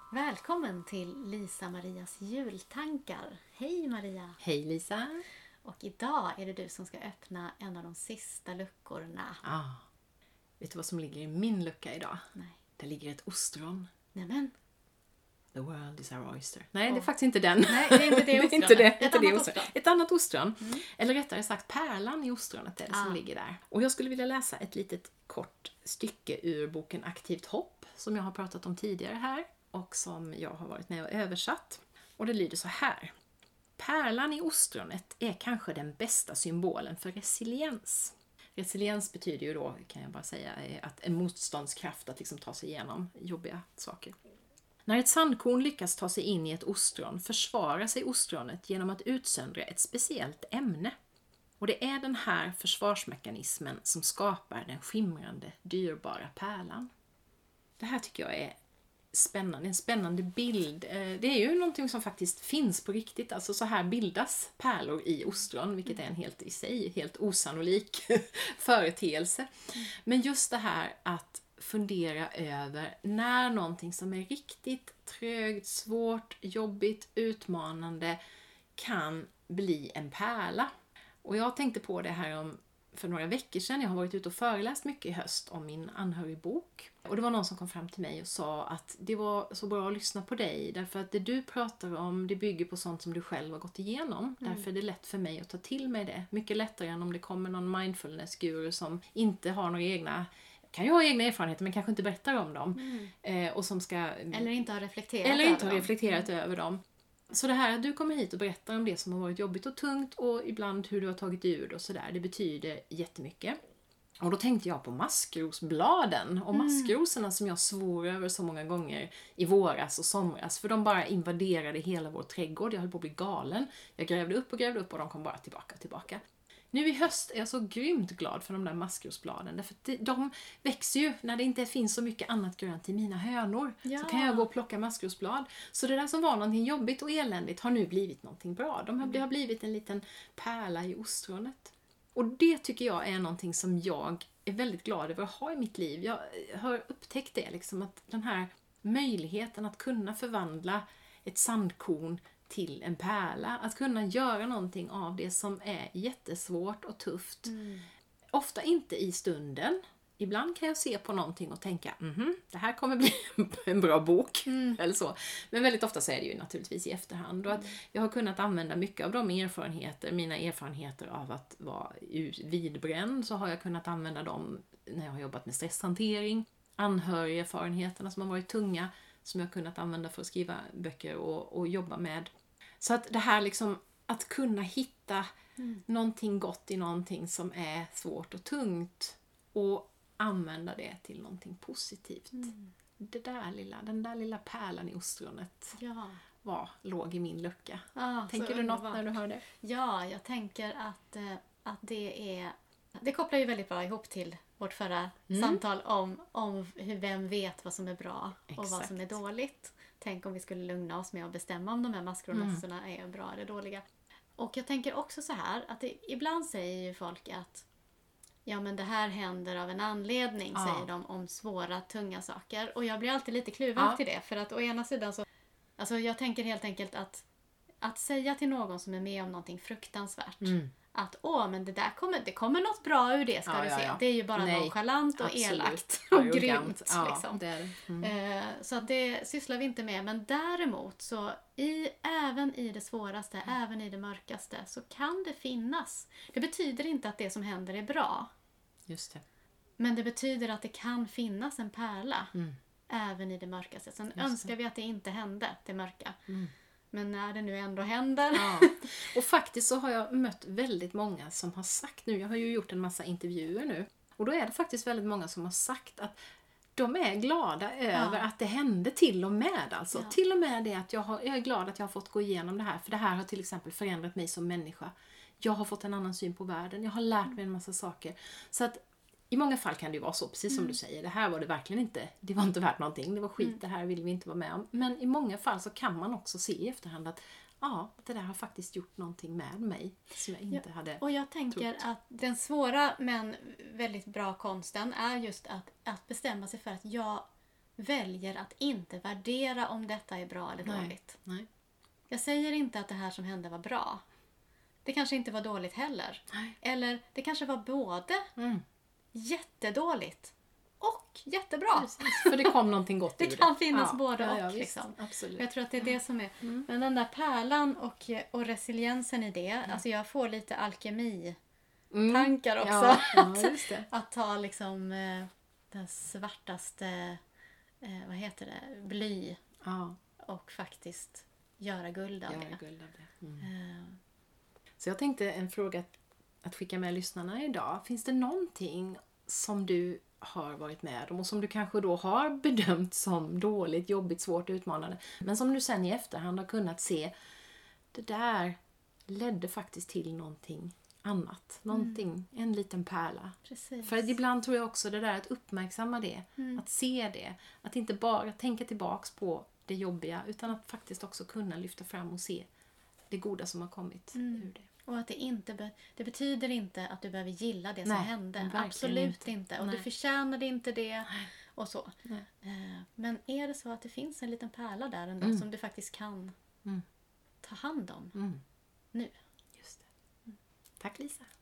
Välkommen till Lisa-Marias jultankar. Hej Maria! Hej Lisa! Och idag är det du som ska öppna en av de sista luckorna. Vet du vad som ligger i min lucka idag? Nej. Det ligger ett ostron. Nämen. The world is our oyster. Nej, det är faktiskt inte den. Nej, det är inte det det är ostronet. inte det. Ett annat ostron. Ett annat ostron. Eller rättare sagt, pärlan i ostronet är det som ligger där. Och jag skulle vilja läsa ett litet kort stycke ur boken Aktivt hopp som jag har pratat om tidigare här och som jag har varit med och översatt. Och det lyder så här. Pärlan i ostronet är kanske den bästa symbolen för resiliens. Resiliens betyder ju då, kan jag bara säga, att en motståndskraft att liksom ta sig igenom jobbiga saker. När ett sandkorn lyckas ta sig in i ett ostron försvarar sig ostronet genom att utsöndra ett speciellt ämne. Och det är den här försvarsmekanismen som skapar den skimrande, dyrbara pärlan. Det här tycker jag är spännande, en spännande bild. Det är ju någonting som faktiskt finns på riktigt. Alltså så här bildas pärlor i ostron, vilket är en helt i sig helt osannolik företeelse. Men just det här att fundera över när någonting som är riktigt trögt, svårt, jobbigt, utmanande kan bli en pärla. Och jag tänkte på det här för några veckor sedan. Jag har varit ute och föreläst mycket i höst om min anhörigbok. Och det var någon som kom fram till mig och sa att det var så bra att lyssna på dig. Därför att det du pratar om, det bygger på sånt som du själv har gått igenom. Därför är det lätt för mig att ta till mig det. Mycket lättare än om det kommer någon mindfulness-guru som inte har några egna... kan ju ha egna erfarenheter men kanske inte berättar om dem. Och som ska... Eller inte har reflekterat över dem. Så det här att du kommer hit och berättar om det som har varit jobbigt och tungt och ibland hur du har tagit ur och sådär, det betyder jättemycket. Och då tänkte jag på maskrosbladen och maskrosorna som jag svor över så många gånger i våras och somras. För de bara invaderade hela vår trädgård, jag höll på att bli galen. Jag grävde upp och de kom bara tillbaka. Nu i höst är jag så grymt glad för de där maskrosbladen. Därför att de växer ju när det inte finns så mycket annat grönt i mina hönor. Ja. Så kan jag gå och plocka maskrosblad. Så det där som var någonting jobbigt och eländigt har nu blivit någonting bra. Det har blivit en liten pärla i ostronet. Och det tycker jag är någonting som jag är väldigt glad över att ha i mitt liv. Jag har upptäckt det liksom, att den här möjligheten att kunna förvandla ett sandkorn till en pärla. Att kunna göra någonting av det som är jättesvårt och tufft. Ofta inte i stunden. Ibland kan jag se på någonting och tänka det här kommer bli en bra bok. Eller så. Men väldigt ofta så är det ju naturligtvis i efterhand. Och att jag har kunnat använda mycket av de mina erfarenheter av att vara vidbränd. Så har jag kunnat använda dem när jag har jobbat med stresshantering. Anhörigheterfarenheterna som har varit tunga. Som jag har kunnat använda för att skriva böcker och jobba med. Så att det här liksom, att kunna hitta någonting gott i någonting som är svårt och tungt och använda det till någonting positivt. Den där lilla pärlan i ostronet låg i min lucka. Tänker du något när du hör det? Ja, jag tänker att det kopplar ju väldigt bra ihop till vårt förra samtal om vem vet vad som är bra och vad som är dåligt. Tänk om vi skulle lugna oss med att bestämma om de här maskronossorna är bra eller dåliga. Och jag tänker också så här, att ibland säger ju folk att ja men det här händer av en anledning, säger de om svåra, tunga saker. Och jag blir alltid lite kluven till det. För att å ena sidan så, alltså jag tänker helt enkelt att säga till någon som är med om någonting fruktansvärt. Att men det kommer något bra ur det, ska du se. Det är ju bara nonchalant och elakt och grymt. Liksom. Det är det. Så att det sysslar vi inte med. Men däremot så även i det svåraste, även i det mörkaste, så kan det finnas. Det betyder inte att det som händer är bra. Just det. Men det betyder att det kan finnas en pärla även i det mörkaste. Sen önskar vi att det inte hände, det mörka. Men när det nu ändå händer. Och faktiskt så har jag mött väldigt många som har sagt nu, jag har ju gjort en massa intervjuer nu. Och då är det faktiskt väldigt många som har sagt att de är glada över att det hände till och med. Alltså. Till och med det att jag är glad att jag har fått gå igenom det här. För det här har till exempel förändrat mig som människa. Jag har fått en annan syn på världen. Jag har lärt mig en massa saker. Så att i många fall kan det ju vara så, precis som du säger. Det här var det verkligen inte. Det var inte värt någonting. Det var skit, det här vill vi inte vara med om. Men i många fall så kan man också se i efterhand att det där har faktiskt gjort någonting med mig som jag inte hade trott. Och jag tänker att den svåra men väldigt bra konsten är just att bestämma sig för att väljer att inte värdera om detta är bra eller dåligt. Nej. Jag säger inte att det här som hände var bra. Det kanske inte var dåligt heller. Nej. Eller det kanske var både jättedåligt och jättebra. Precis, för det kom någonting gott ur det. Det kan finnas både och. Visst, Liksom. absolut. Jag tror att det är det som är. Men den där pärlan och resiliensen i det. Alltså jag får lite alkemitankar också. Ja, just det. Att ta liksom den svartaste, vad heter det, bly. Ja. Och faktiskt göra guld av det. Så jag tänkte en fråga att skicka med lyssnarna idag. Finns det någonting som du har varit med om och som du kanske då har bedömt som dåligt, jobbigt, svårt, utmanande, men som du sen i efterhand har kunnat se, det där ledde faktiskt till någonting annat. Någonting, en liten pärla. Precis. För ibland tror jag också det där att uppmärksamma det, att se det, att inte bara tänka tillbaks på det jobbiga, utan att faktiskt också kunna lyfta fram och se det goda som har kommit ur det. Och att det betyder inte att du behöver gilla det som hände. Absolut inte. Och du förtjänade inte det. Och så. Men är det så att det finns en liten pärla där ändå som du faktiskt kan ta hand om nu? Just det. Tack Lisa.